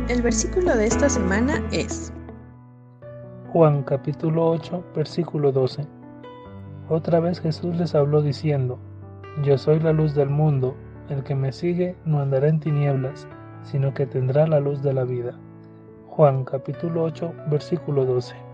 El versículo de esta semana es Juan capítulo 8, versículo 12. Otra vez Jesús les habló diciendo: Yo soy la luz del mundo, el que me sigue no andará en tinieblas, sino que tendrá la luz de la vida. Juan capítulo 8, versículo 12.